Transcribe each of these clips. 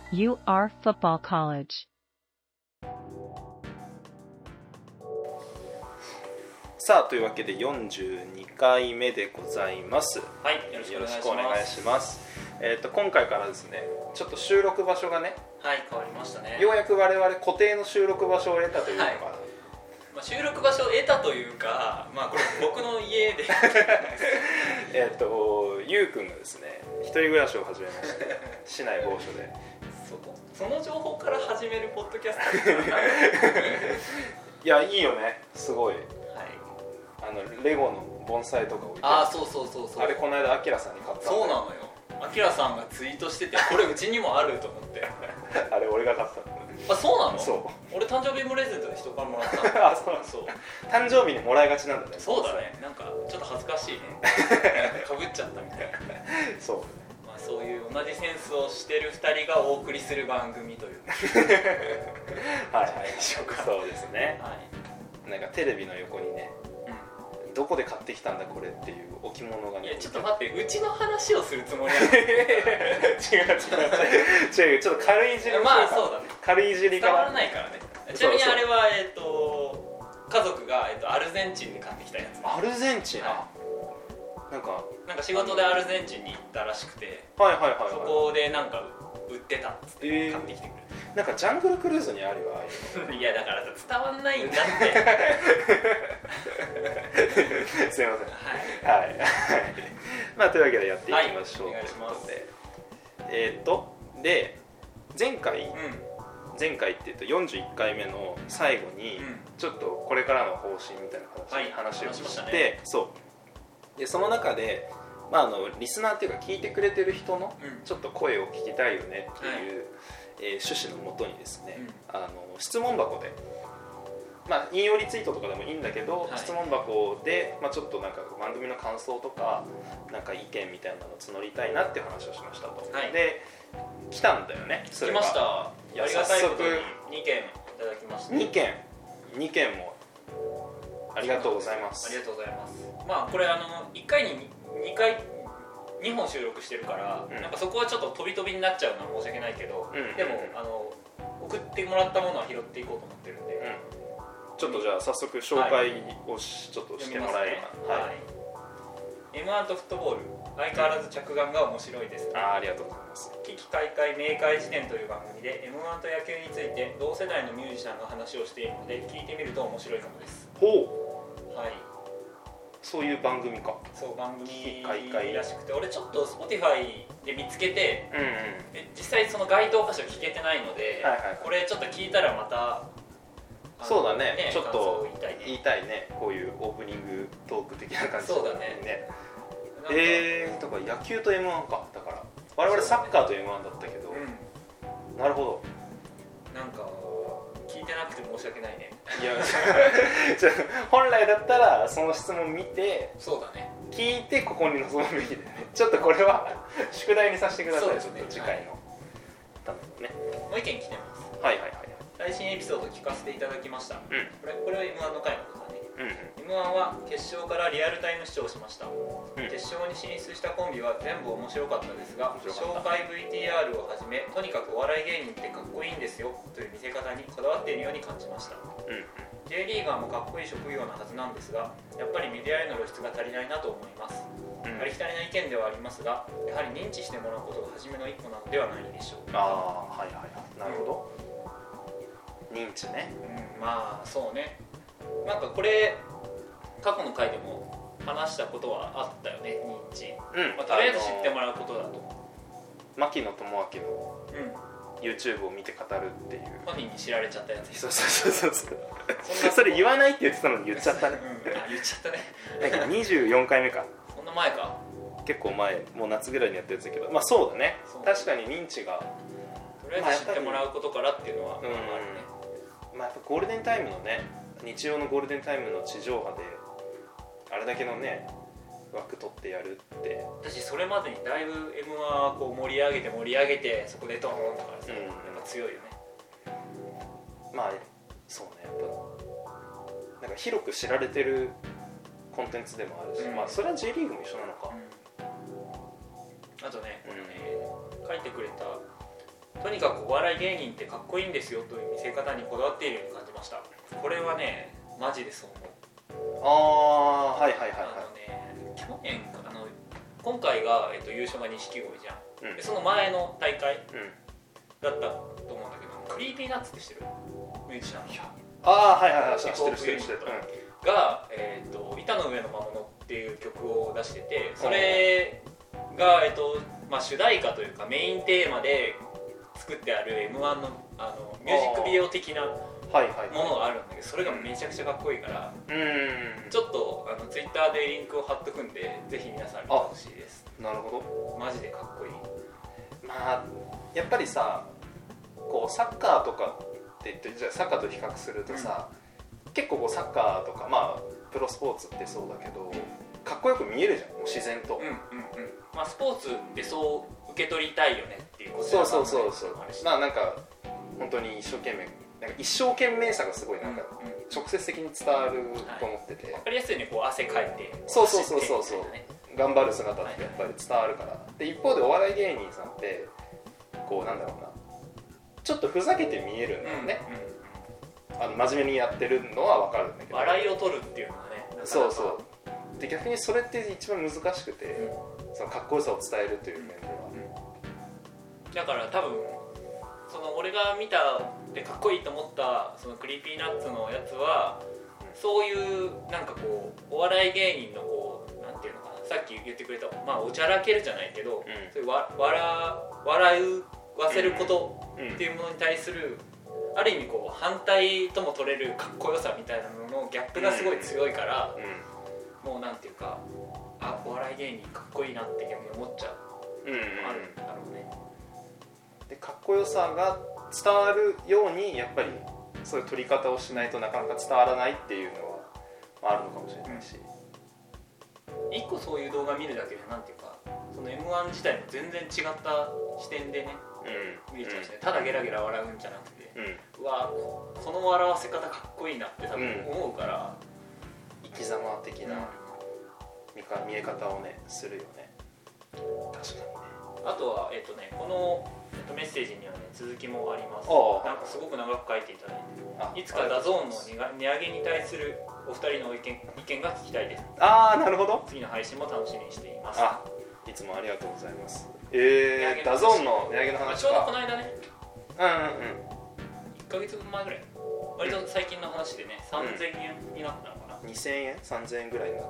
UR Football College。 さあというわけで42回目でございます。 はい、よろしくお願いします。 今回からですね、ちょっと収録場所がね、 はい、変わりましたね。 ようやく我々固定の収録場所を得たというのが、 はい、収録場所を得たというか、これ僕の家でゆうくんがですね、一人暮らしを始めまして市内某所でその情報から始めるポッドキャストいや、いいよね、すごい。 はい、 レゴの盆栽とか置いて、 そうあれこの間アキラさんに買った。 そうなのよ、アキラさんがツイートしてて、これうちにもあると思ってあれ俺が買った。 そうなの？ そう、 俺誕生日プレゼントで人からもらったのそうなん。 そう、 誕生日にもらいがちなんだね。 そうだね、なんかちょっと恥ずかしいねかぶっちゃったみたいなそう、 そういう同じセンスをしてる2人がお送りする番組というはいはい、そうですね、 はい、 なんかテレビの横にね、どこで買ってきたんだこれっていう置物がね。 いやちょっと待って、うちの話をするつもりなの違う、ちょっと軽いいじり。 そうだね、 軽いいじりから伝わらないからね。ちなみにあれは家族がアルゼンチンで買ってきたやつ。 アルゼンチン、なんか仕事でアルゼンチンに行ったらしくて、 そこでなんか売ってたっつって買ってきてくれる。 なんかジャングルクルーズにあるよ、ああいういやだから伝わんないんだってすいません、はいというわけでやっていきましょう。 お願いします。 で前回って言うと41回目の最後にちょっとこれからの方針みたいな話をして、そうで、その中でリスナーっていうか聞いてくれてる人のちょっと声を聞きたいよねっていう趣旨のもとにですね、質問箱で、引用リツイートとかでもいいんだけど、質問箱で、ちょっとなんか番組の感想とかなんか意見みたいなのを募りたいなっていう話をしましたと。で来たんだよね、それが。 来ました。ありがたいことに2件いただきました。 2件もありがとうございます。 ありがとうございます。これ1回に2本収録してるから、なんかそこはちょっと飛び飛びになっちゃうのは申し訳ないけど、でも送ってもらったものは拾っていこうと思ってるんで、 ちょっとじゃあ早速紹介をちょっとしてもらえれば。はい、 M1 とフットボール、相変わらず着眼が面白いです。 ありがとうございます。 危機開会明快辞典という番組で M1 と野球について同世代のミュージシャンが話をしているので、聞いてみると面白いかもです。はい、 そういう番組か。 そう、番組らしくて、俺ちょっと Spotify で見つけて、実際その該当箇所聞けてないので、これちょっと聞いたらまたそうだね、ちょっと言いたいね、こういうオープニングトーク的な感じで。 そうだね。 だから野球と M1 か。だから我々サッカーと M1 だったけど、なるほど。 なんか聞いてなくて申し訳ないね。 いや本来だったらその質問見て、 そうだね、 聞いてここに臨むべきでね。ちょっとこれは宿題にさせてください。ちょっと次回のためのね。 もう一件来てます。最新エピソード聞かせていただきました。これは M1 の回のことだね。M1 は決勝からリアルタイム視聴しました。決勝に進出したコンビは全部面白かったですが、紹介 VTR をはじめ、とにかくお笑い芸人ってかっこいいんですよという見せ方にこだわっているように感じました。J リーガーもかっこいい職業なはずなんですが、やっぱりメディアへの露出が足りないなと思います。ありきたりな意見ではありますが、やはり認知してもらうことが初めの一歩なのではないでしょうか。 なるほど。認知ね。 そうね。なんかこれ過去の回でも話したことはあったよね、認知。とりあえず知ってもらうことだと。 牧野智明の YouTube を見て語るっていう。 本人に知られちゃったやつ。 そうそれ言わないって言ってたのに言っちゃったね。 言っちゃったね。 24回目か。 そんな前か。 結構前、もう夏ぐらいにやったやつだけど、そうだね。確かに認知が。 とりあえず知ってもらうことからっていうのはあるね。 やっぱゴールデンタイムのね、日曜のゴールデンタイムの地上波であれだけのね枠取ってやるって。 私それまでにだいぶ M1 はこう盛り上げてそこでドーンとかさ、やっぱ強いよね。 そうね、やっぱなんか広く知られてるコンテンツでもあるし、それは J リーグも一緒なのか。 あとね、書いてくれたとにかくお笑い芸人ってかっこいいんですよという見せ方にこだわっているように感じました。これはねマジでそう思う。 はいはいはいはい。 去年今回が、優勝が錦鯉じゃん、でその前の大会だったと思うんだけど、クリーピーナッツって知ってる？ミュージシャンの。 はいはいはい、知ってる知ってる知ってる。 が、板の上の魔物っていう曲を出してて、それが、主題歌というかメインテーマで作ってある M1 の、ミュージックビデオ的なものがあるんだけど、それがめちゃくちゃかっこいいから、ちょっとツイッターでリンクを貼っとくんで、ぜひ皆さん見てほしいです。 なるほど。 マジでかっこいい。 まあやっぱりさ、こうサッカーとかって言って、じゃあサッカーと比較するとさ、結構こうサッカーとか、まあプロスポーツってそうだけど、かっこよく見えるじゃん、もう自然と。 まあスポーツってそう受け取りたいよねっていうことそうまあなんか本当に一生懸命、なんか一生懸命さがすごいなんか直接的に伝わると思ってて、 分かりやすいね、こう汗かいてそう頑張る姿ってやっぱり伝わるから。で一方でお笑い芸人さんってこうなんだろうな、ちょっとふざけて見えるんだよね。真面目にやってるのは分かるんだけど、 笑いを取るっていうのがね、 そうで逆にそれって一番難しくて、そのかっこよさを伝えるという面では、 だから多分その俺が見たでかっこいいと思ったそのクリーピーナッツのやつは、そういうなんかこうお笑い芸人のこうなんていうのかな、さっき言ってくれた、まあおちゃらけるじゃないけど、そういう笑わせることっていうものに対する、ある意味こう反対とも取れるかっこよさみたいなののギャップがすごい強いから、もうなんていうか、お笑い芸人かっこいいなって逆に思っちゃう、あるんだろうね。 でかっこよさが伝わるようにやっぱりそういう撮り方をしないとなかなか伝わらないっていうのはあるのかもしれないし、 一個そういう動画見るだけでなんていうか、その M1 自体も全然違った視点でね、見れちゃうしね、ただゲラゲラ笑うんじゃなくて、うわこの笑わせ方かっこいいなって多分思うから、 生き様的な見え方をねするよね。確かにね。あとはこのメッセージにはね続きもあります。なんかすごく長く書いていただいて、いつかダゾーンの値上げに対するお二人の意見が聞きたいです。 なるほど。 次の配信も楽しみにしています。 いつもありがとうございます。ダゾーンの値上げの話か。 ちょうどこの間ね、1ヶ月前ぐらい、割と最近の話でね、3000円になったのかな。 2000円3000円ぐらいになった。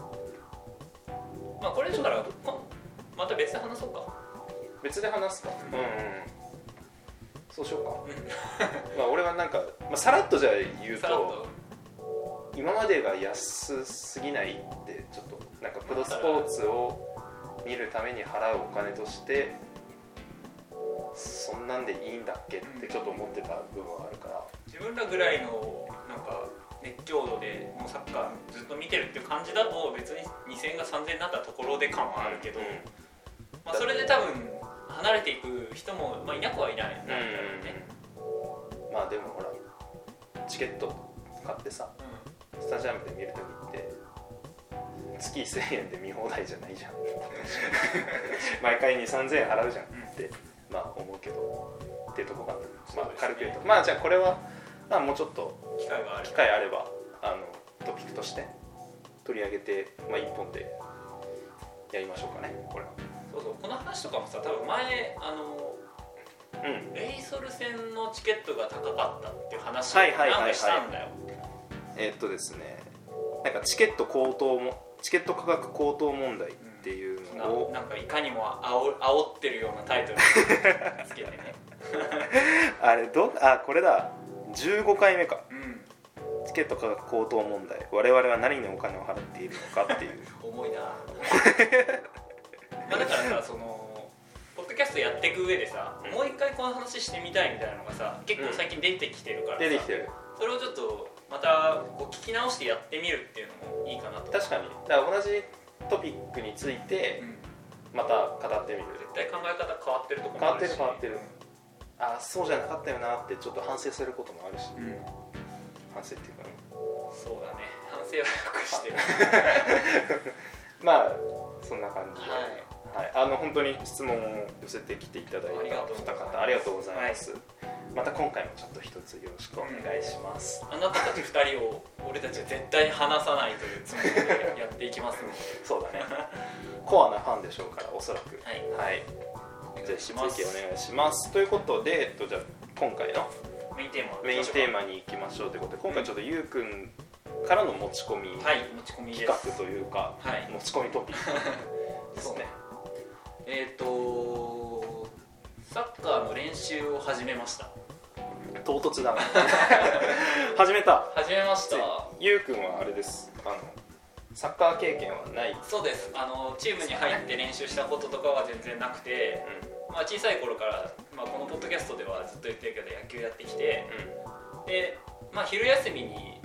まあこれだからまた別で話そうか。 別で話すか。そうしようか。まあ俺はなんか、さらっとじゃあ言うと、今までが安すぎないってちょっとなんかプロスポーツを見るために払うお金としてそんなんでいいんだっけってちょっと思ってた部分はあるから、 自分らぐらいのなんか熱狂度でもうサッカーずっと見てるっていう感じだと別に2000円が3000円になったところで感はあるけど、それで多分離れていく人も、いなくはいないんだろうね。 まあでもほらチケット買ってさ、スタジアムで見るときって月1000円で見放題じゃないじゃん毎回 2,3000 円払うじゃんって、思うけどっていうとこかな。軽く言うとじゃあこれは、もうちょっと機会あればトピックとして取り上げて、一本でやりましょうかね。これはそうこの話とかもさ、多分前レイソル戦のチケットが高かったっていう話をなんかしたんだよ。 ですね、なんかチケット価格高騰問題っていうのを、 なんかいかにも煽ってるようなタイトルつけてねこれだ、15回目か、チケット価格高騰問題、我々は何にお金を払っているのかっていう重いなだからさ、そのポッドキャストやっていく上でさ、もう一回この話してみたいみたいなのがさ、結構最近出てきてるからさ、 出てきてる。 それをちょっとまたこう聞き直してやってみるっていうのもいいかなと。 確かに、だから同じトピックについてまた語ってみる。 絶対考え方変わってるところもあるし、 変わってる。そうじゃなかったよなってちょっと反省することもあるし、反省っていうかね。 そうだね、反省はよくしてるまあそんな感じで、 はい、本当に質問を寄せてきていただいたお二方ありがとうございます、はい、また今回もちょっと一つよろしくお願いします、 あなたたち2人を俺たちは絶対に離さないというつもりでやっていきますねそうだねコアなファンでしょうからおそらくはい、 はい、ぜひ続きお願いしますということで、じゃあ今回のメインテーマに行きましょうということで、今回ちょっとゆうくんからの持ち込み企画というか、 はい、 持ち込みトピックですねサッカーの練習を始めました。 唐突だな始めました。ゆうくんはあれです、サッカー経験はない？ そうです。チームに入って練習したこととかは全然なくて、まあ、小さい頃から、まあ、このポッドキャストではずっと言ってるけど野球やってきて、で、まあ、昼休みに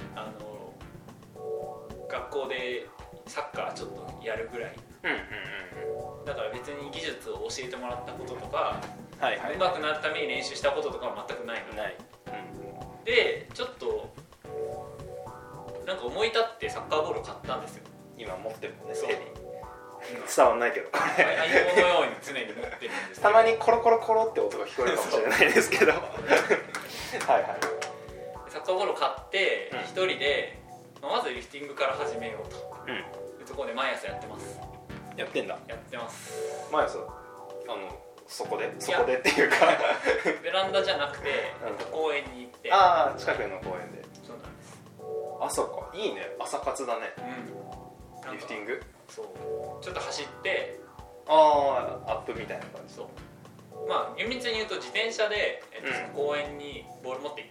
学校でサッカーちょっとやるぐらい、だから別に技術を教えてもらったこととか、上手くなるために練習したこととかは全くないので、ちょっとなんか思い立ってサッカーボールを買ったんですよ。 今持ってるもんね、手に伝わんないけどこれ相棒のように常に持ってるんですけど、 たまにコロコロコロって音が聞こえるかもしれないですけどはいはい、 サッカーボールを買って一人で、まずリフティングから始めようというところで毎朝やってます。 やってんだ。 やってます。 毎朝そこでっていうかベランダじゃなくて、公園に行って、 近くの公園で。 そうなんです。 朝か、いいね、朝活だね。リフティング？ そうちょっと走って、 アップみたいな感じ。 そう、まあ厳密に言うと自転車で、その公園にボール持って行って、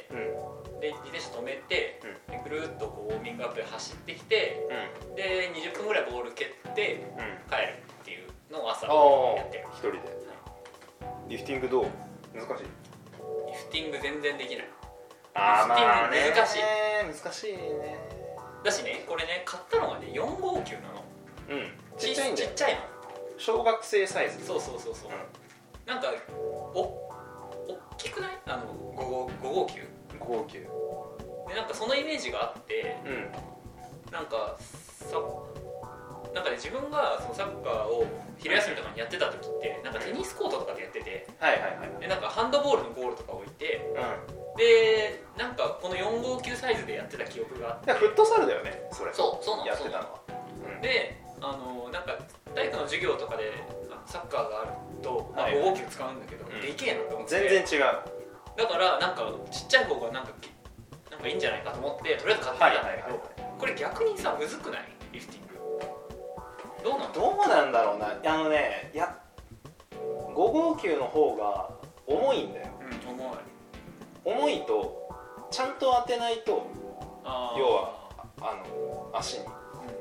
で自転車止めて、でぐるっとこうウォーミングアップで走ってきて、で20分ぐらいボール蹴って、帰るっていうのを朝やってる。 一人で、リフティングどう？難しい？ リフティング全然できない。 まあね、 難しいね。 だしね、これね、買ったのがね4号球なの。 ちっちゃいんだよ。 ちっちゃいの。 小学生サイズ。 そう、なんかおっきくない？5号球で、なんかそのイメージがあって、なんかね、自分がそのサッカーを昼休みとかにやってた時って、なんかテニスコートとかでやってて、でなんかハンドボールのゴールとか置いて、でなんかこの4号球サイズでやってた記憶があって、 フットサルだよね、それ。 そうなの。 やってたのは。 でなんか体育の授業とかでサッカーがあると、5号球使うんだけど、でけえなと思って。 全然違う。 だからなんかちっちゃい方がなんかいいんじゃないかと思って、とりあえず買ってみたんだけど、これ逆にさ、むずくない？リフティングどうなんだろうな。5号球の方が重いんだよ。重いとちゃんと当てないと、要は足に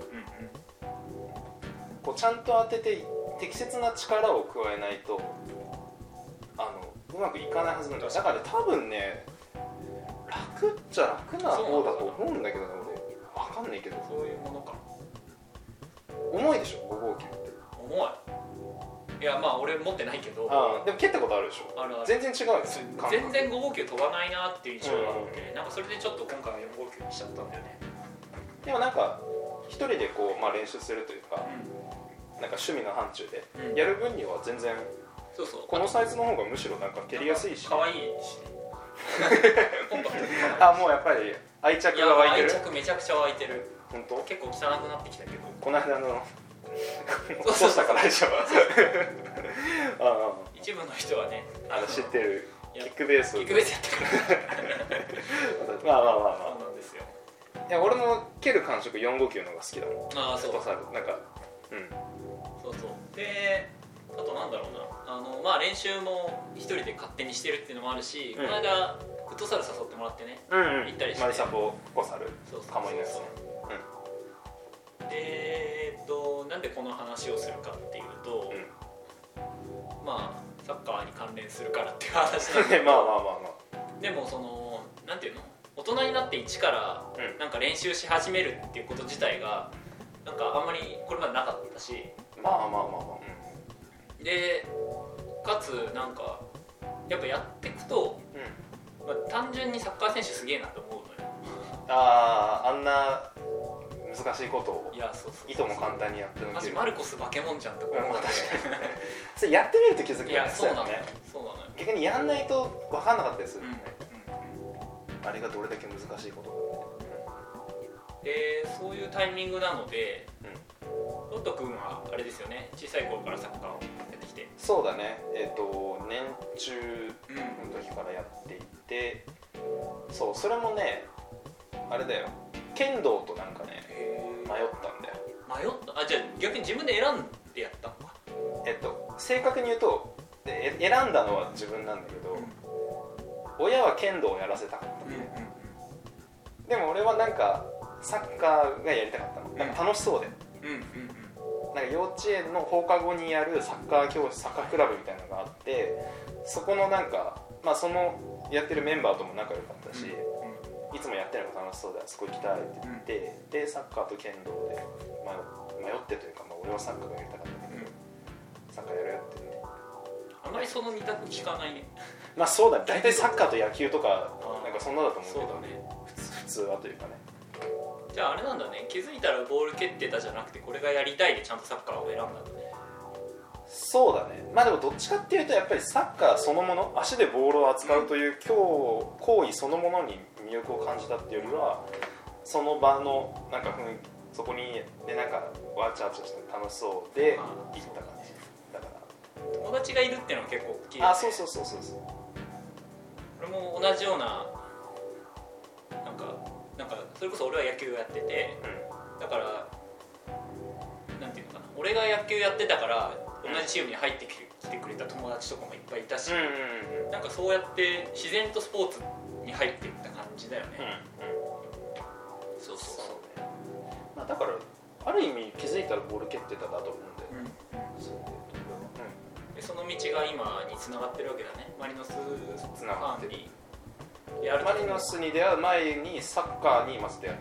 こうちゃんと当てて適切な力を加えないとうまくいかないはずなんだよ。だから多分ね、楽っちゃ楽な方だと思うんだけどね、俺分かんないけど。 そういうものか。 重いでしょ5号球って。 重い。いや、まあ俺持ってないけど。 でも蹴ったことあるでしょ。全然違うよ。 全然5号球飛ばないなっていう印象があって、なんかそれでちょっと今回は4号球にしちゃったんだよね。 でもなんか一人でこう、練習するというか、なんか趣味の範疇でやる分には全然、このサイズの方がむしろなんか蹴りやすいし、 可愛いしね。 もうやっぱり愛着が湧いてる。 愛着めちゃくちゃ湧いてる。 本当？ 結構汚くなってきたけど。 この間の落としたからでしょ。 一部の人はね、 知ってるキックベースやってくる。まあそうなんですよ。 いや、俺も蹴る感触4号球の方が好きだもん。 そう。 なんか、 そう。で、あとなんだろうな、練習も一人で勝手にしてるっていうのもあるし、この間フットサル誘ってもらってね、行ったりして。 マリサポコサル、カモイのやつね。 で、なんでこの話をするかっていうと、まあサッカーに関連するからっていう話なんだけど、でもそのなんていうの、大人になって一からなんか練習し始めるっていうこと自体がなんかあんまりこれまでなかったし、でかつなんかやっぱやっていくと、単純にサッカー選手すげえなと思うのよ。 あんな難しいことをいとも簡単にやってのける。 マジマルコスバケモンじゃんって思う。 それやってみると気づくよね。 そうなのよ。 逆にやんないと分かんなかったりするよね。あれがどれだけ難しいことかって。 そういうタイミングなので、ロット君はあれですよね、小さい頃からサッカーをやってきて。 そうだね、年中の時からやっていて、そうそれもねあれだよ、剣道となんかね迷ったんだよ。 迷った？あ、じゃあ逆に自分で選んでやったのか。 正確に言うと選んだのは自分なんだけど、親は剣道をやらせたかった、でも俺はなんかサッカーがやりたかったの。なんか楽しそうで、なんか幼稚園の放課後にやるサッカー教室、サッカークラブみたいなのがあって、そこのなんか、まあ、そのやってるメンバーとも仲良かったし、いつもやってるのが楽しそうであそこ行きたいって言って、でサッカーと剣道で迷ってというか、まあ、俺はサッカーがやりたかったけど、サッカーやるよって言って。 あまりその二択聞かないね。 まあそうだね、大体サッカーと野球とかなんかそんなだと思うけど、 そうだね、 普通はというかね。 じゃああれなんだね、気づいたらボール蹴ってたじゃなくて、これがやりたいでちゃんとサッカーを選んだんだね。 そうだね。まあでもどっちかっていうとやっぱりサッカーそのもの、足でボールを扱うという行為そのものに魅力を感じたっていうよりは、その場のなんかそこにでなんかワチャワチャして楽しそうで行った感じだから。 友達がいるっていうのは結構大きいよね。 あ、そう俺も同じような、なんかそれこそ俺は野球やってて、だからなんていうのかな、俺が野球やってたから同じチームに入ってきてくれた友達とかもいっぱいいたし、なんかそうやって自然とスポーツに入っていった感じだよね。そうまあだからある意味気づいたらボール蹴ってただと思うんで、 でその道が今に繋がってるわけだね。マリノスファンにマリノスに出会う前にサッカーにまず出会った、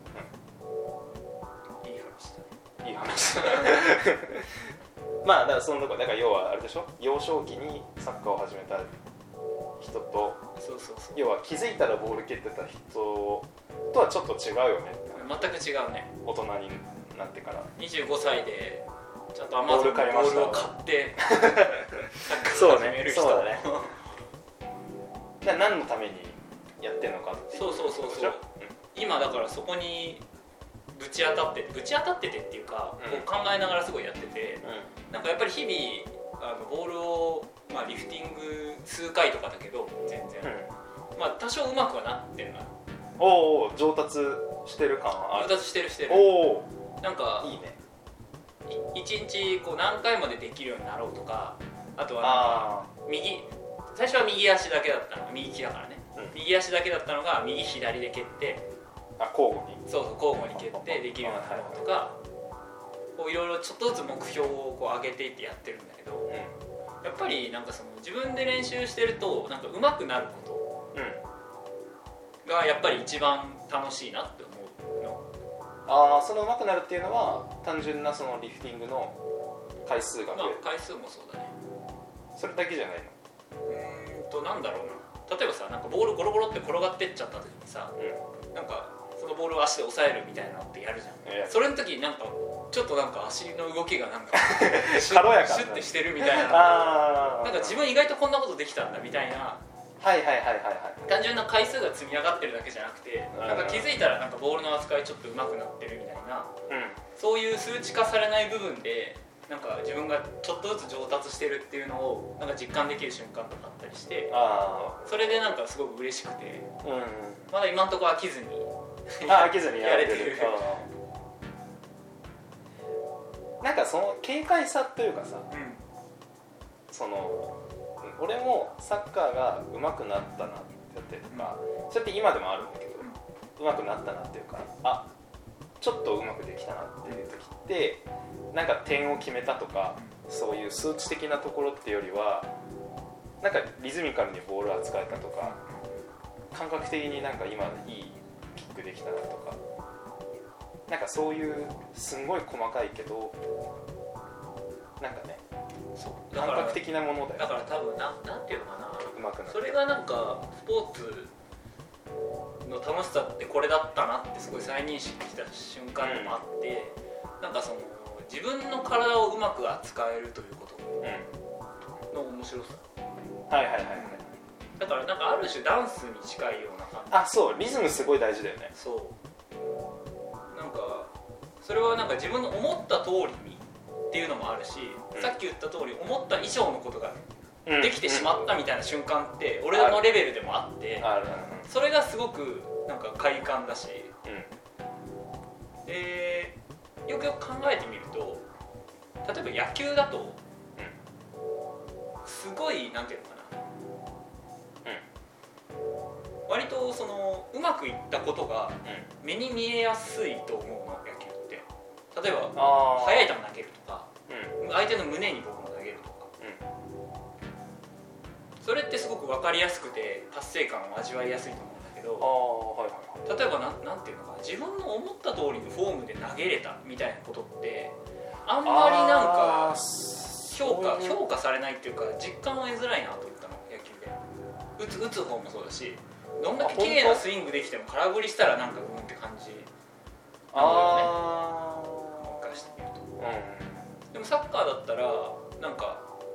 いい話だねまあだからそのとこだから要はあれでしょ、幼少期にサッカーを始めた人と、要は気づいたらボール蹴ってた人とはちょっと違うよね。 全く違うね。 大人になってから 25歳でちゃんとアマゾンのボールを買ってサッカーを始める人。 そうだね何のためにやってんのかっていう。 そう今だからそこにぶち当たっててっていうか、こう考えながらすごいやってて、なんかやっぱり日々ボールを、まあ、リフティング数回とかだけど全然、まあ多少うまくはなってるのよ。 おお、上達してる感はある。 上達してる。 おお、 なんかいいね。 1日こう何回までできるようになろうとか、あとはなんか最初は右足だけだったのが、右利きだからね、右足だけだったのが右左で蹴って、 交互に交互に蹴ってできるようになろうとか、こういろいろちょっとずつ目標をこう上げていってやってるんだけど、やっぱりなんかその自分で練習してるとなんか上手くなることがやっぱり一番楽しいなって思うの。 その上手くなるっていうのは単純なそのリフティングの回数が増える。 回数もそうだね。 それだけじゃないの？ なんだろうな、例えばさ、なんかボールゴロゴロって転がってっちゃった時にさ、なんかそのボールを足で押さえるみたいなのってやるじゃん。それの時になんかちょっとなんか足の動きがなんか軽やかシュッてしてるみたいななんか自分意外とこんなことできたんだみたいな、単純な回数が積み上がってるだけじゃなくて、なんか気づいたらなんかボールの扱いちょっと上手くなってるみたいな、そういう数値化されない部分でなんか自分がちょっとずつ上達してるっていうのをなんか実感できる瞬間とかあったりして、それでなんかすごく嬉しくて、まだ今んとこ飽きずにやれてる。 なんかその軽快さというかさ、その俺もサッカーが上手くなったなってやってるとか、それって今でもあるんだけど、上手くなったなっていうか、ちょっとうまくできたなっていう時って、なんか点を決めたとかそういう数値的なところっていうよりは、なんかリズミカルにボールを扱えたとか、感覚的になんか今いいキックできたなとか、なんかそういうすんごい細かいけどなんかね、感覚的なものだよ。 だから多分なんていうのかな、 うまくなって、 それがなんかスポーツの楽しさってこれだったなってすごい再認識した瞬間でもあって、なんかその自分の体をうまく扱えるということの面白さ、 はいはいはいはい。 だからなんかある種ダンスに近いような感じ。 あ、そう、リズムすごい大事だよね。 そうなんかそれはなんか自分の思った通りにっていうのもあるし、さっき言った通り思った以上のことができてしまったみたいな瞬間って俺のレベルでもあって、それがすごくなんか快感だし、でよくよく考えてみると、例えば野球だとすごいなんていうのかな、割とそのうまくいったことが目に見えやすいと思うの、野球って。例えば速い球投げるとか、相手の胸にボールを投げるとか、それってすごく分かりやすくて達成感を味わいやすいと思うんだけど、例えばなんていうのかな、自分の思った通りのフォームで投げれたみたいなことってあんまりなんか評価されないっていうか実感を得づらいなと思ったの、野球で。打つ方もそうだし、どんだけ綺麗なスイングできても空振りしたらなんかって感じなんだよね、もう一回してみると。でもサッカーだったらなんか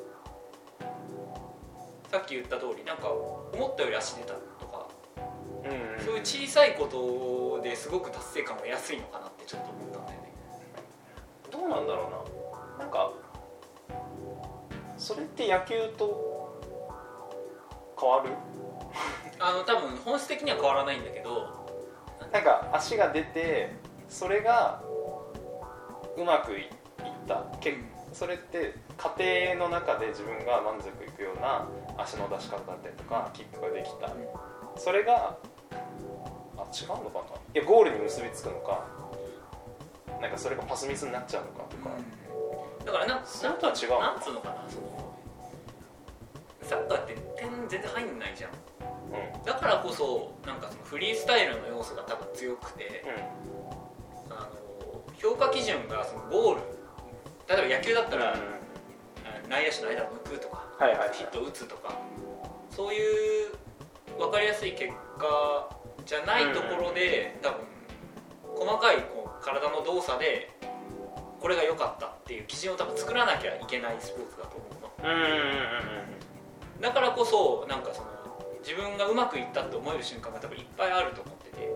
さっき言った通りなんか思ったより足出たとか、そういう小さいことですごく達成感が安いのかなってちょっと思ったんだよね。 どうなんだろうな、なんかそれって野球と変わる？ 多分本質的には変わらないんだけど、 なんか足が出てそれがうまくいったそれって過程の中で自分が満足いくような足の出し方だったりとかキックができた、それが違うのかな、いやゴールに結びつくのか、なんかそれがパスミスになっちゃうのかとか、 だからそれとは違うのか、 なんつうのかな、そのサッカーって点全然入んないじゃん、だからこそなんかそのフリースタイルの要素が多分強くて、評価基準がそのゴール、例えば野球だったら、内野手の間を抜くとか、ヒットを打つとか、そういう分かりやすい結果じゃないところで、多分細かいこう体の動作でこれが良かったっていう基準を多分作らなきゃいけないスポーツだと思うの。だからこそなんかその自分がうまくいったって思える瞬間が多分いっぱいあると思ってて、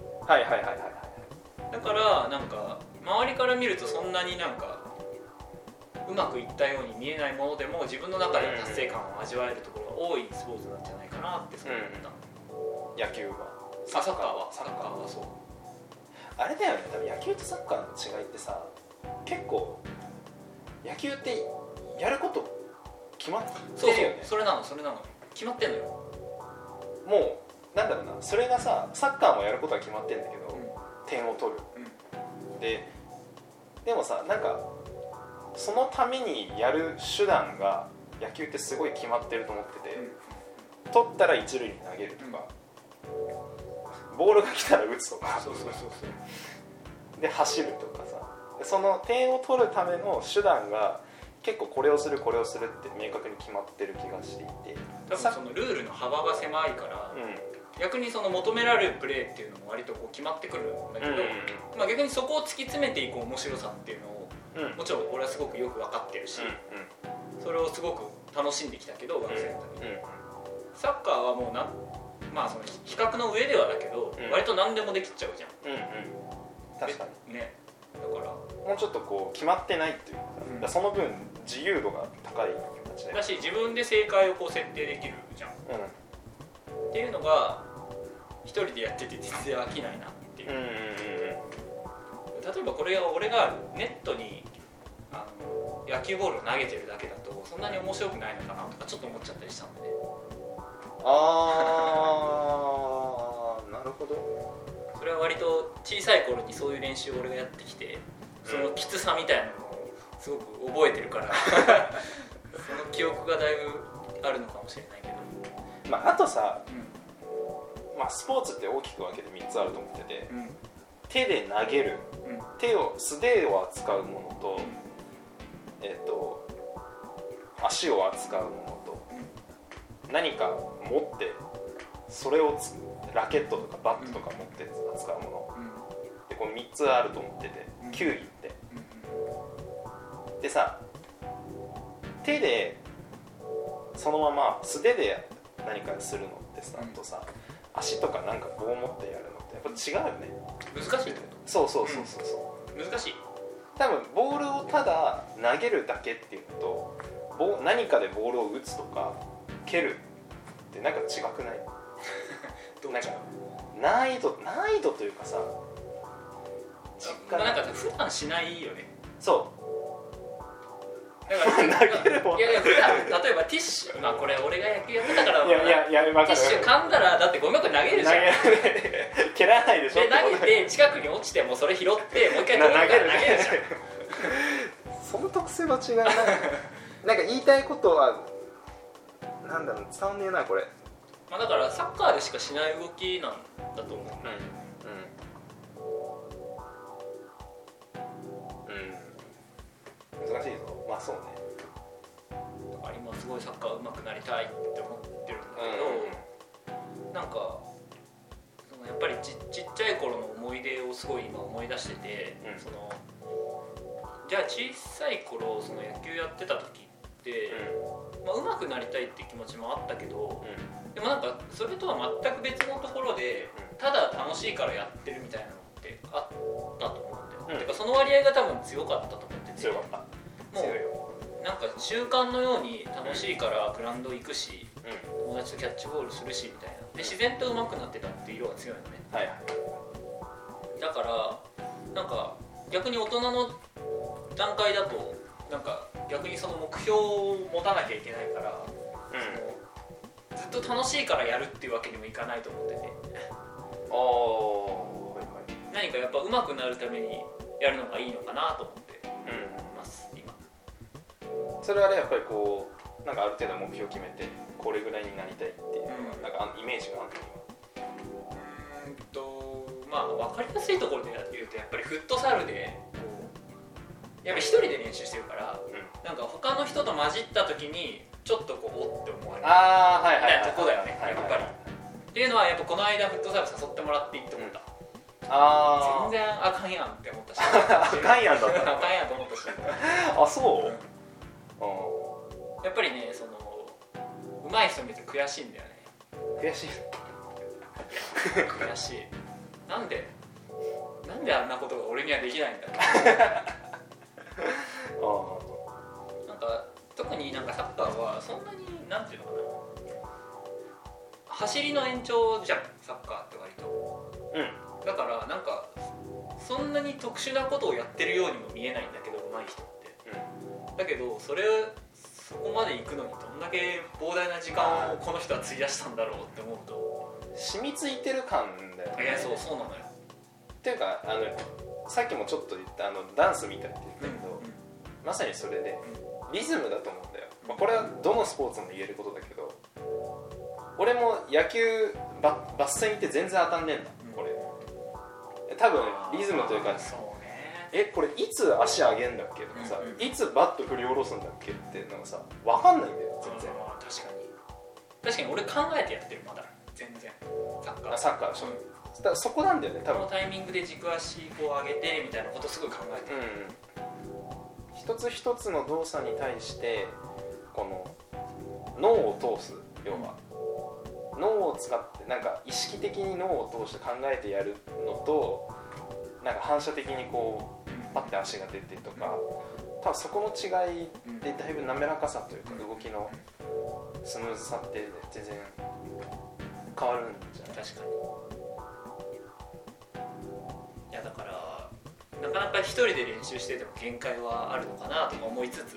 だからなんか周りから見るとそんなになんかうまくいったように見えないものでも自分の中で達成感を味わえるところが多いスポーツなんじゃないかなってそう思った、野球は。サッカーはそう。 あれだよね、多分野球とサッカーの違いってさ、結構野球ってやること決まってるよね。 それなの決まってんのよ。 もうなんだろうな、それがさ、サッカーもやることは決まってんだけど、点を取る、でもさ、なんかそのためにやる手段が野球ってすごい決まってると思ってて、取ったら一塁に投げるとか、ボールが来たら打つとか、で走るとかさ、その点を取るための手段が結構これをするって明確に決まってる気がしていて、 多分そのルールの幅が狭いから、逆にその求められるプレーっていうのも割とこう決まってくるんだけど、逆にそこを突き詰めていく面白さっていうのを、もちろん俺はすごくよく分かってるし、それをすごく楽しんできたけど、学生の時に、サッカーはもうまあその比較の上ではだけど、割と何でもできちゃうじゃん。 確かにね。だからもうちょっとこう決まってないっていうか、その分自由度が高い形でだし、自分で正解をこう設定できるじゃん、っていうのが一人でやってて全然飽きないなっていう、例えばこれを俺がネットに野球ボールを投げてるだけだとそんなに面白くないのかなとかちょっと思っちゃったりしたんでね。 なるほど。 それは割と小さい頃にそういう練習を俺がやってきて、そのきつさみたいなのをすごく覚えてるからその記憶がだいぶあるのかもしれないけど、 あとさ、スポーツって大きく分けて3つあると思ってて、手で投げる、素手を扱うものと、足を扱うものと、何か持ってそれをラケットとかバットとか持って扱うもの、でこう3つあると思ってて、球技って、でさ手でそのまま素手で何かするのってさ、とさ足とかなんか棒を持ってやるのってやっぱ違うよね。 難しいってこと？ そう、 難しい。 多分ボールをただ投げるだけっていうのと何かでボールを打つとか蹴るってなんか違くない？ どう違う？ なんか難易度というかさ、 なんか普段しないよね。 そうだから投げるもん。 いや普段例えばティッシュ、まあこれ俺が野球やってたからいや分かる。 ティッシュ噛んだらだってゴミ箱に投げるじゃん。 蹴らないでしょ。 で投げて近くに落ちてもそれ拾ってもう一回投げるじゃん。 その特性は違うな。なんか言いたいことはなんだろう、伝わんねえなこれ。 まあだからサッカーでしかしない動きなんだと思う。 難しいぞ。まあそうね。 だから今すごいサッカー上手くなりたいって思ってるんだけど、なんかやっぱりちっちゃい頃の思い出をすごい今思い出してて、じゃあ小さい頃その野球やってた時って、上手くなりたいって気持ちもあったけど、でもなんかそれとは全く別のところで、ただ楽しいからやってるみたいなのってあったと思うんだよ。てかその割合が多分強かったと思ってて、 強かった。 もうなんか習慣のように楽しいからグラウンド行くし、友達とキャッチボールするしみたいなで自然と上手くなってたっていう色が強いのね。だからなんか逆に大人の段階だとなんか逆にその目標を持たなきゃいけないから、ずっと楽しいからやるっていうわけにもいかないと思ってて、何かやっぱ上手くなるためにやるのがいいのかなと思ってます、今。 それはねやっぱりこうなんかある程度目標決めてこれぐらいになりたいっていう、なんかイメージがあるのまあ分かりやすいところで言うとやっぱりフットサルでやっぱ一人で練習してるから、なんか他の人と混じった時にちょっとこうおって思われるみたいなとこだよね、やっぱり。っていうのはやっぱこの間フットサル誘ってもらっていいって思った。全然あかんやんって思ったしあかんやんだったあかんやんと思ったしあ、そう、 やっぱりね、その上手い人見て悔しいんだよね。 悔しい悔しい。なんであんなことが俺にはできないんだなんか特になんかサッカーはそんなになんていうのかな、走りの延長じゃんサッカーって割と。だからなんかそんなに特殊なことをやってるようにも見えないんだけど上手い人って、だけどそこまで行くのにどんだけ膨大な時間をこの人は費やしたんだろうって思うと染みついてる感だよね。 いやそうなのよ。 っていうかさっきもちょっと言ったダンスみたいって言ったけど、まさにそれでリズムだと思うんだよ。これはどのスポーツも言えることだけど、俺も野球バッセン行って全然当たんねえんだ、これ多分リズムというか、これいつ足上げんだっけとかさ、いつバット振り下ろすんだっけっていうのがさ分かんないんだよ全然。 確かに俺考えてやってる、まだ全然サッカーでしょ、だからそこなんだよね多分。 このタイミングで軸足を上げてみたいなことすごい考えてる、 一つ一つの動作に対してこの脳を通す、要は脳を使ってなんか意識的に脳を通して考えてやるのと、なんか反射的にこうパッて足が出てとか、多分そこの違いでだいぶ滑らかさというか動きのスムーズさって全然変わるんじゃない？ 確かに。いやだからなかなか一人で練習してても限界はあるのかなとか思いつつ、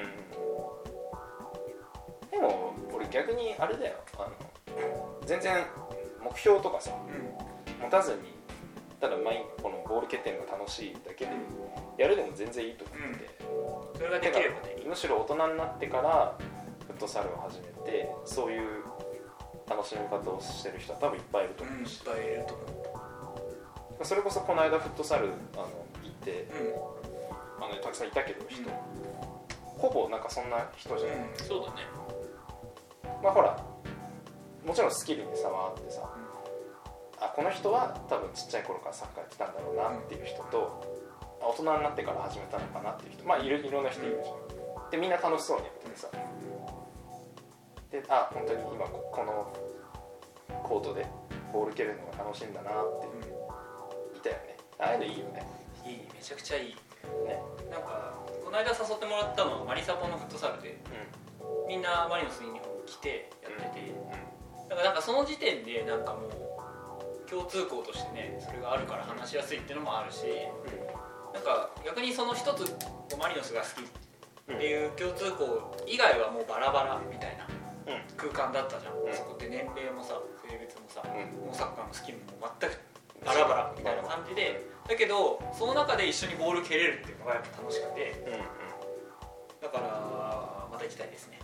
でも俺逆にあれだよ、全然目標とかさ、持たずにただこのボール蹴ってるのが楽しいだけでやるでも全然いいと思ってて、 それができればね。 むしろ大人になってからフットサルを始めてそういう楽しみ方をしてる人は多分いっぱいいると思うし、 いっぱいいると思う。 それこそこの間フットサル行って、たくさんいたけど人、ほぼなんかそんな人じゃない、 そうだね。 まあほらもちろんスキルに差はあってさ、 この人は多分ちっちゃい頃からサッカーやってたんだろうなっていう人と、大人になってから始めたのかなっていう人、まあいろんな人いるじゃん。でみんな楽しそうにやっててさ、で本当に今このコートでボール蹴るのが楽しいんだなっていたよね。ああいうのいいよね。 いい、めちゃくちゃいいね。 なんかこの間誘ってもらったのはマリサポのフットサルで、みんなマリノスユニフォーム着てやってて、だからなんかその時点でなんかもう共通項としてね、それがあるから話しやすいっていうのもあるし、なんか逆にその一つマリノスが好きっていう共通項以外はもうバラバラみたいな空間だったじゃん。そこって年齢もさ、性別もさ、もうサッカーの好きも全くバラバラみたいな感じで、だけどその中で一緒にボール蹴れるっていうのがやっぱ楽しくて、だからまた行きたいですね。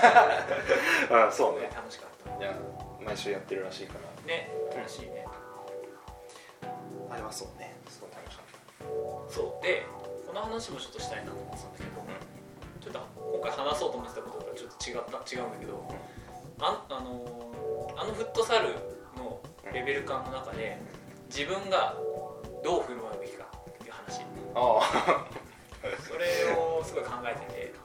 そうね。 楽しかった。 いや毎週やってるらしいからね、楽しいね。 あれはそうね、すごい楽しかった。 そうで、この話もちょっとしたいなと思ってたんだけど、ちょっと今回話そうと思ってたこととはちょっと違うんだけど、あのフットサルのレベル感の中で自分がどう振る舞うべきかっていう話。それをすごい考えてて、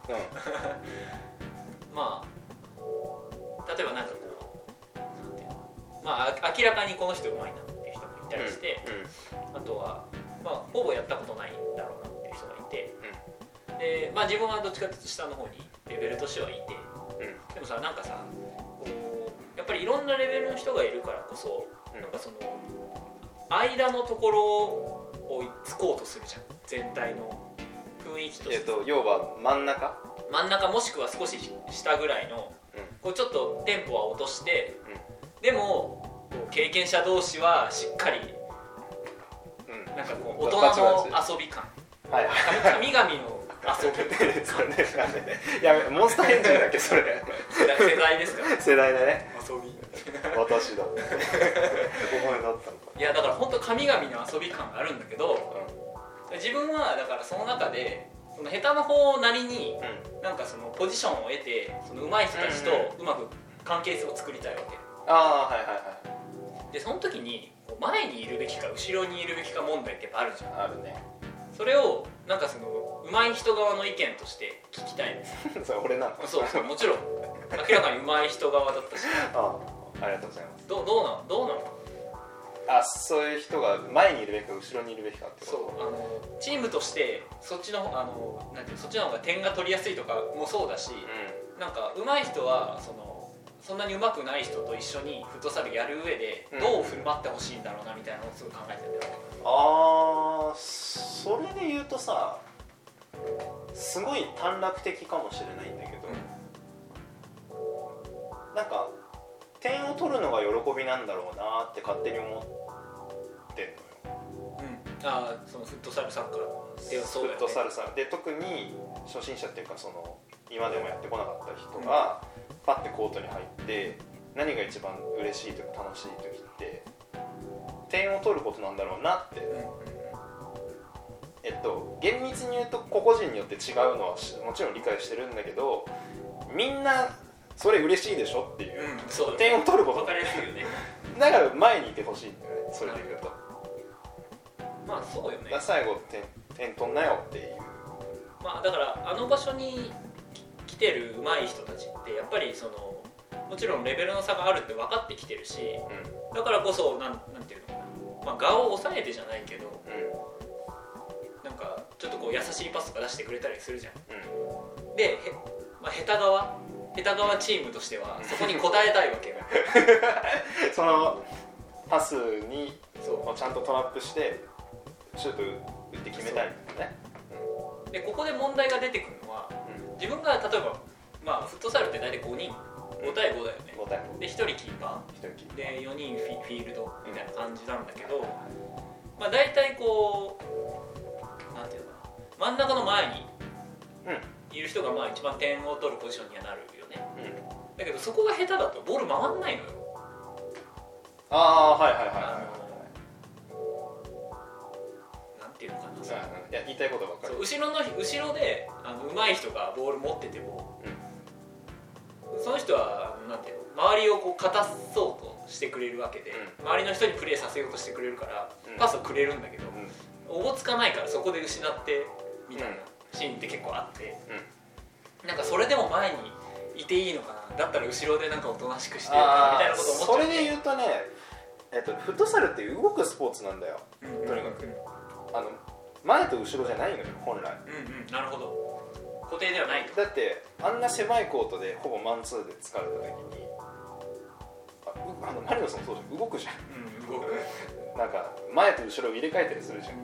まあ例えばなんかこう、なんていうの、まあ明らかにこの人うまいなっていう人もいたりして、あとはまあほぼやったことないんだろうなっていう人がいて、でまあ自分はどっちかっていうと下の方にレベルとしてはいて、でもさ、なんかさ、こうやっぱりいろんなレベルの人がいるからこそ、なんかその間のところをつこうとするじゃん、全体の雰囲気として。 要は真ん中もしくは少し下ぐらいの、こうちょっとテンポは落として、でもこう経験者同士はしっかり、なんかこう大人の遊び感、神々の遊びいやモンスターエンジンだっけそれ。 世代ですか。 世代だね。 遊び私だ。お前だったのか。 いやだから本当神々の遊び感があるんだけど、自分はだからその中でその下手な方なりに、なんかそのポジションを得て、その上手い人たちとうまく関係性を作りたいわけ。でその時に前にいるべきか後ろにいるべきか問題ってやっぱあるじゃん。 あるね。 それをなんかその上手い人側の意見として聞きたいんです。 それ俺なの。 そうもちろん明らかに上手い人側だったし。 ありがとうございます。 どうなの。 そういう人が前にいるべきか後ろにいるべきかってこと。 そうチームとしてそっちのなんていう、そっちの方が点が取りやすいとかもそうだし、なんか上手い人はそんなに上手くない人と一緒にフットサルやる上でどう振る舞ってほしいんだろうなみたいなのをすごい考えてるんだよ。 それで言うとさ、すごい短絡的かもしれないんだけど、なんか点を取るのが喜びなんだろうなって勝手に思ってんのよ。 そのフットサルサッカーではそうだよね。 フットサルさで特に初心者っていうか、その今でもやってこなかった人がパッてコートに入って何が一番嬉しいとか楽しい時って点を取ることなんだろうなって、厳密に言うと個々人によって違うのはもちろん理解してるんだけど、みんなそれ嬉しいでしょっていう、 そう点を取ること分かりやすいよね。 だから前にいてほしいんだよね、それで言うと。 まあそうよね。 最後点取んなよっていう。 まあだからあの場所に来てる上手い人たちってやっぱりもちろんレベルの差があるって分かってきてるし、だからこそなんていうのかな、まあ我を抑えてじゃないけど、なんかちょっとこう優しいパスとか出してくれたりするじゃん。で下手側チームとしてはそこに応えたいわけよ。 そのパスにちゃんとトラップしてシュート打って決めたいんだよね。 でここで問題が出てくるのは、自分が例えば、まあ、フットサルって大体5人5対5だよね。 5対5 で1人キーパーで4人フィールドみたいな感じなんだけど、まあ、大体こうなんていうのかな、真ん中の前にいる人がまあ一番点を取るポジションにはなるよね。だけどそこが下手だとボール回んないのよ。なんていうのかな、 いや言いたいことばっかり。 後ろで上手い人がボール持ってても、 その人はなんていうの、周りをこう勝たそうとしてくれるわけで、周りの人にプレーさせようとしてくれるから、パスをくれるんだけど、おぼつかないからそこで失ってみたいなシーンって結構あって、なんかそれでも前にいていいのかな、だったら後ろでなんかおとなしくしてよみたいなことを思っちゃう。 それで言うとね、フットサルって動くスポーツなんだよ、とにかく前と後ろじゃないのよ本来。 なるほど、固定ではないと。 だってあんな狭いコートでほぼマンツーで疲れた時にマリノスもそうじゃん、動くじゃん、 動くなんか前と後ろを入れ替えたりするじゃん、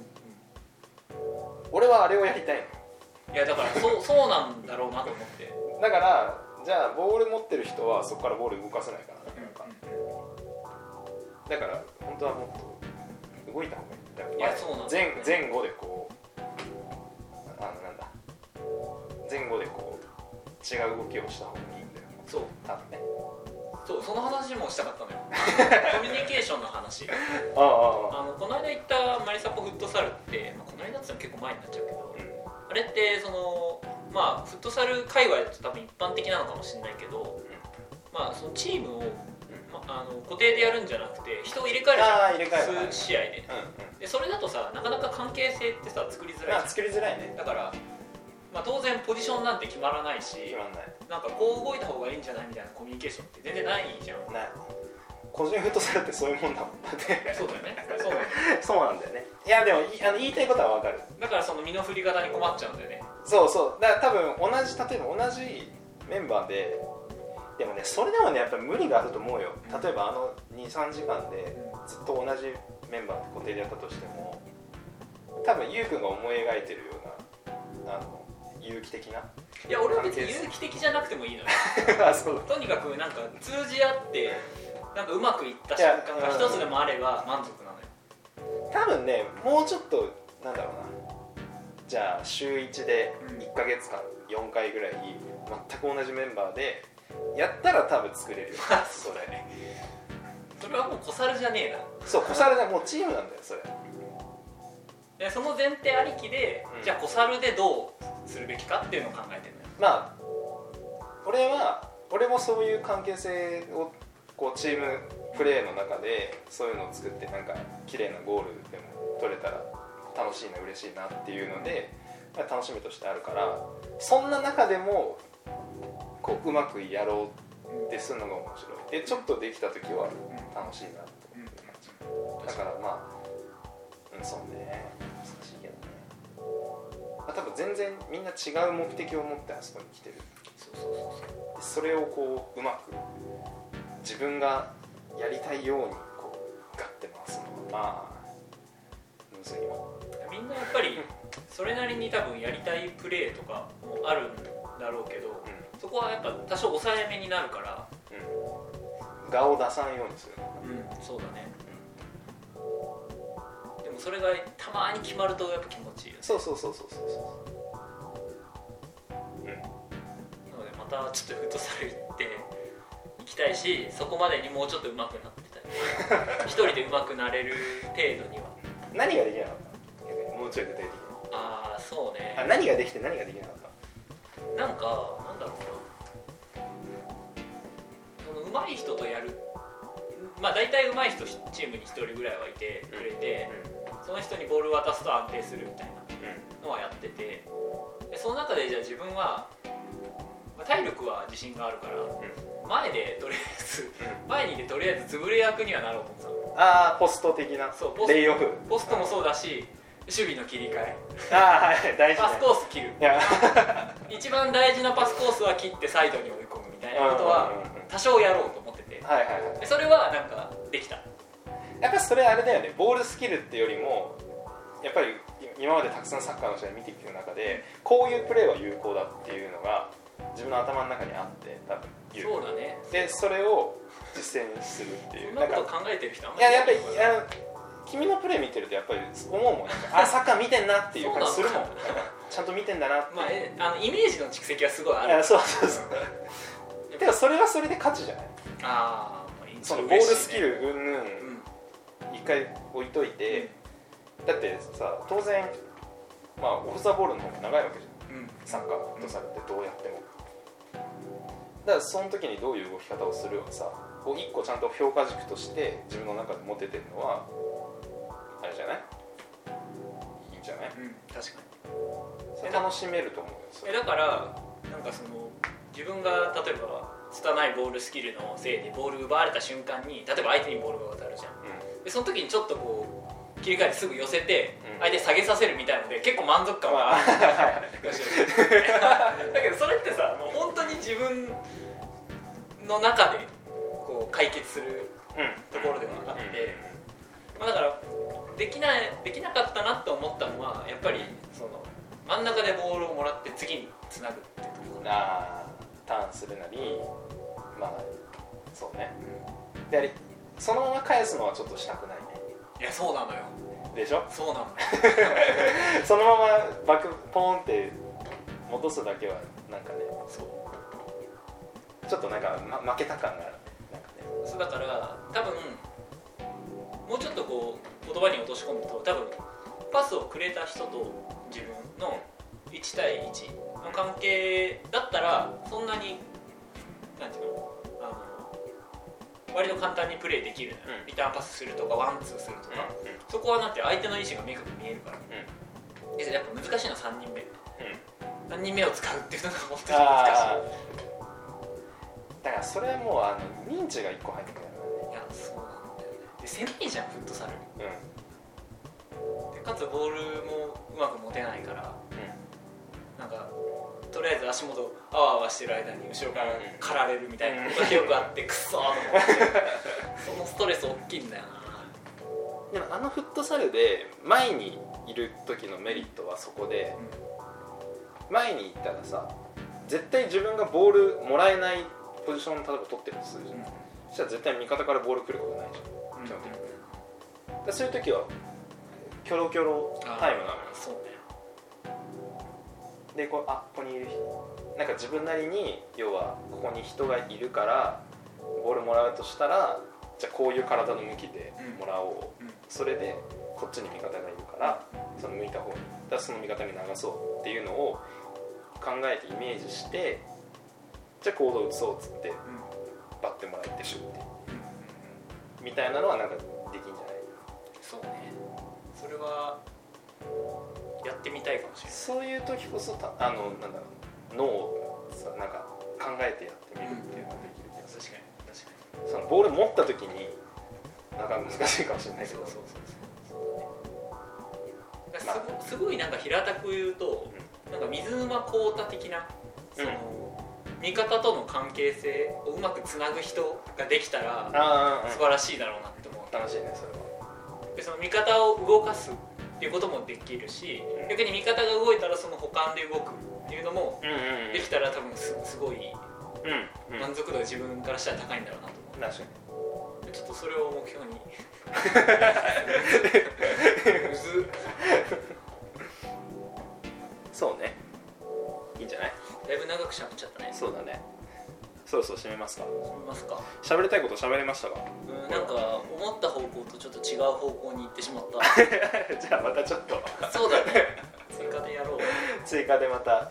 俺はあれをやりたいの。 いやだからそうなんだろうなと思って、 だからじゃあボール持ってる人はそこからボール動かせないからなかなか、だから本当はもっと動いた方がいい。 いやそうなんだ、 前後でこうなんだ、前後でこう違う動きをした方がいいんだよ。 そう多分ね。 そう、その話もしたかったのよコミュニケーションの話この間行ったマリサポフットサルって、この間って結構前になっちゃうけど、あれってそのフットサル界隈だと多分一般的なのかもしれないけど、そのチームを、固定でやるんじゃなくて人を入れ替えるじゃん、数試合で、でそれだとさ、なかなか関係性ってさ作りづらい。 作りづらいね。 だから当然ポジションなんて決まらないし、 決まらない。 なんかこう動いた方がいいんじゃないみたいなコミュニケーションって全然ないじゃん。 ない。個人フットサルってそういうもんだもん。 そうだよね。 そうなんだよね。いやでも言いたいことはわかる。 だからその身の振り方に困っちゃうんだよね。 そうそう。だから多分例えば同じメンバーで、でもねそれでもねやっぱり無理があると思うよ。例えば2、3時間でずっと同じメンバーで固定でやったとしても、多分ゆうくんが思い描いてるような有機的な。 いや俺は別に有機的じゃなくてもいいのよとにかくなんか通じ合ってなんかうまくいった瞬間が一つでもあれば満足なのよ。 多分ねもうちょっとなんだろうな、じゃあ週1で1ヶ月間4回ぐらい全く同じメンバーでやったら多分作れるよそうだよね。それはもう小猿じゃねえな。 そう小猿だ、もうチームなんだよそれ。 でその前提ありきで、じゃあ小猿でどうするべきかっていうのを考えてるのよ。 俺もそういう関係性をこうチームプレーの中でそういうのを作って、なんか綺麗なゴールでも取れたら楽しいな嬉しいなっていうので、楽しみとしてあるから、そんな中でもこううまくやろうってするのが面白い。ちょっとできた時は楽しいなって思って感じ。だからそうね、難しいけどね。多分全然みんな違う目的を持ってあそこに来てる。それをこううまく自分がやりたいようにこうガッて回すのはむずいよ。 みんなやっぱりそれなりに多分やりたいプレーとかもあるんだろうけど、そこはやっぱ多少抑えめになるから、 我を出さんようにする。 そうだね。でもそれがたまに決まるとやっぱ気持ちいいよね。 そうなのでまたちょっとフットサル行きたいし、そこまでにもうちょっと上手くなってたり一人で上手くなれる程度には。何ができなかった？もうちょい具体的に。 そうね。 何ができて何ができなかった？ なんだろうな、その上手い人とやる、大体上手い人チームに1人ぐらいはいてくれて、その人にボールを渡すと安定するみたいなのはやってて、でその中でじゃあ自分は、体力は自信があるから、前にいてとりあえず潰れ役にはなろうと思ってた。 ポスト的な。 レイオフ。ポストもそうだし、守備の切り替え、 大事ね。 パスコース切る一番大事なパスコースは切ってサイドに追い込むみたいなことは多少やろうと思ってて、でそれはなんかできた。 やっぱそれあれだよね、ボールスキルってよりもやっぱり今までたくさんサッカーの試合見てきてる中で、こういうプレーは有効だっていうのが自分の頭の中にあって、多分そうだね。 でそれを実践するっていう。 そんなこと考えてる人あんまりいない。 やっぱり君のプレー見てるとやっぱり思うもん、サッカー見てんなっていう感じするもんちゃんと見てんだなって、 イメージの蓄積はすごいある。 そうてかそれはそれで価値じゃない。そのボールスキルうんぬん一回置いといて、だってさ当然オフ・ザ・ボールの方が長いわけじゃん、サッカーフットサルってどうやっても。 だからその時にどういう動き方をするをさを1個ちゃんと評価軸として自分の中で持ててるのはあれじゃない？いいんじゃない？ 確かに楽しめると思うよ。 だからなんかその自分が例えば拙いボールスキルのせいでボール奪われた瞬間に例えば相手にボールが渡るじゃん、でその時にちょっとこう切り替えてすぐ寄せて相手下げさせるみたいので結構満足感はあるだけどそれってさもう本当に自分の中でこう解決するところではあって、だからできなかったなと思ったのはやっぱりその真ん中でボールをもらって次につなぐってところターンするなりまあそうね、であれそのまま返すのはちょっとしたくないね。 いやそうなのよ。 でしょ？ そうなのそのままバックポーンって戻すだけはなんかね、そうちょっとなんか、負けた感があるなんかね。 そうだから多分もうちょっとこう言葉に落とし込むと多分パスをくれた人と自分の1対1の関係だったらそんなになんていうの割と簡単にプレーできる、リターンパスするとかワンツーするとか、そこはなんて相手の意思が明確に見えるから、やっぱ難しいのは3人目、3人目を使うっていうのが本当に難しい。 だからそれはもう認知が1個入ってくるよね。 いやそうなんだよね。で狭いじゃんフットサル、でかつボールもうまく持てないから、なんかとりあえず足元あわあわしてる間に後ろから刈られるみたいなことがよくあってクソーと思ってそのストレス大きいんだよな。 でもフットサルで前にいる時のメリットはそこで、前に行ったらさ絶対自分がボールもらえないポジションを例えば取ってるとするじゃん、そしたら絶対味方からボール来ることないじゃん、基本的に。そういう時はキョロキョロタイムなのよ。 そうね。 でここにいる人なんか自分なりに要はここに人がいるからボールもらうとしたらじゃあこういう体の向きでもらおう、それでこっちに味方がいるからその向いた方にだその味方に流そうっていうのを考えてイメージしてじゃあ行動を移そうっつってバッてもらってシュッてみたいなのはなんかできんじゃない？ そうね。それはやってみたいかもしれない。 そういう時こそなんだろう脳をさなんか考えてやってみるっていうのができる気がする。 確かにそのボール持った時になかなか難しいかもしれないけど、 すごいなんか平たく言うと、なんか水沼宏太的なその、味方との関係性をうまくつなぐ人ができたら素晴らしいだろうなって思う。 楽しいねそれは。 でその味方を動かすっていうこともできるし、逆に味方が動いたらその補完で動くっていうのもできたら多分すごい満足度が自分からしたら高いんだろうなと思う。 確かに。 ちょっとそれを目標にそうね、いいんじゃない？ だいぶ長く喋っちゃったね。 そうだね。そろそろ締めますか。 締めますか。 喋りたいこと喋れましたか？ なんか思った方向とちょっと違う方向に行ってしまったじゃあまたちょっとそうだね、追加でやろう。 追加でまた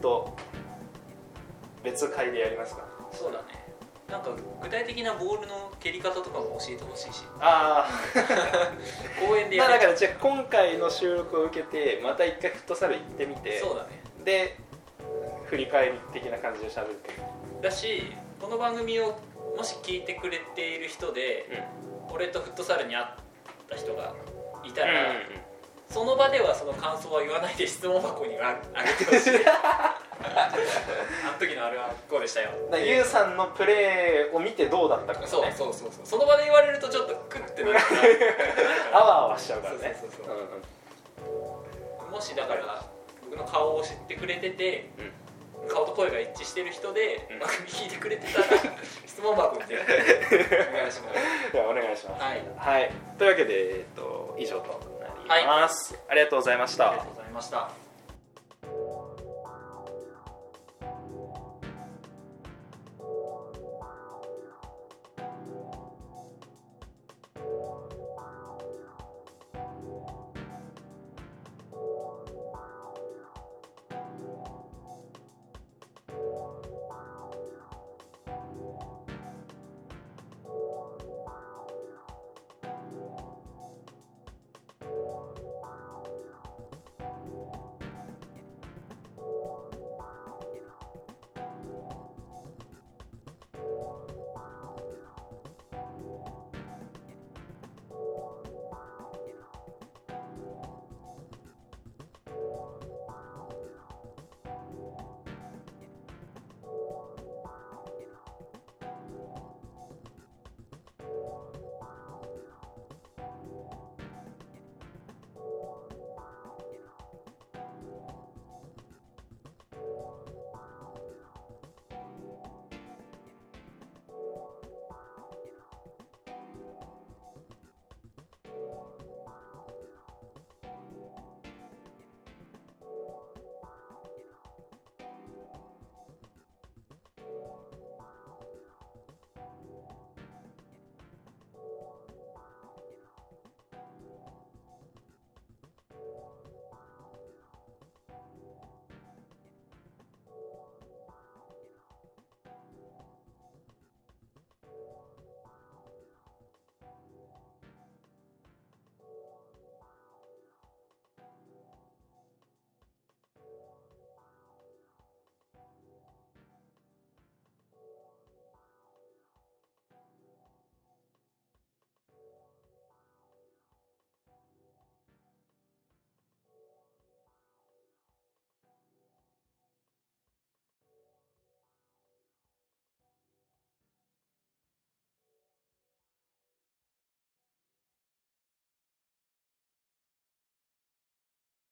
別回でやりますか。 そうだね。なんか具体的なボールの蹴り方とかも教えてほしいし。公園でやる。 だからじゃあ今回の収録を受けてまた一回フットサル行ってみて、 そうだね。で振り返り的な感じで喋るだし、この番組をもし聞いてくれている人で、俺とフットサルに会った人がいたら、その場ではその感想は言わないで質問箱にあげてほしいあの時のあれはこうでしたよ。 ユウさんのプレーを見てどうだったか、ね、 そうその場で言われるとちょっとクッてなるからあわあわしちゃうからね。 もしだから僕の顔を知ってくれてて、顔と声が一致してる人で番組聞いてくれてたら質問箱ってお願いします。 ではお願いします。 はい、 というわけで、以上となります、ありがとうございました。 ありがとうございました。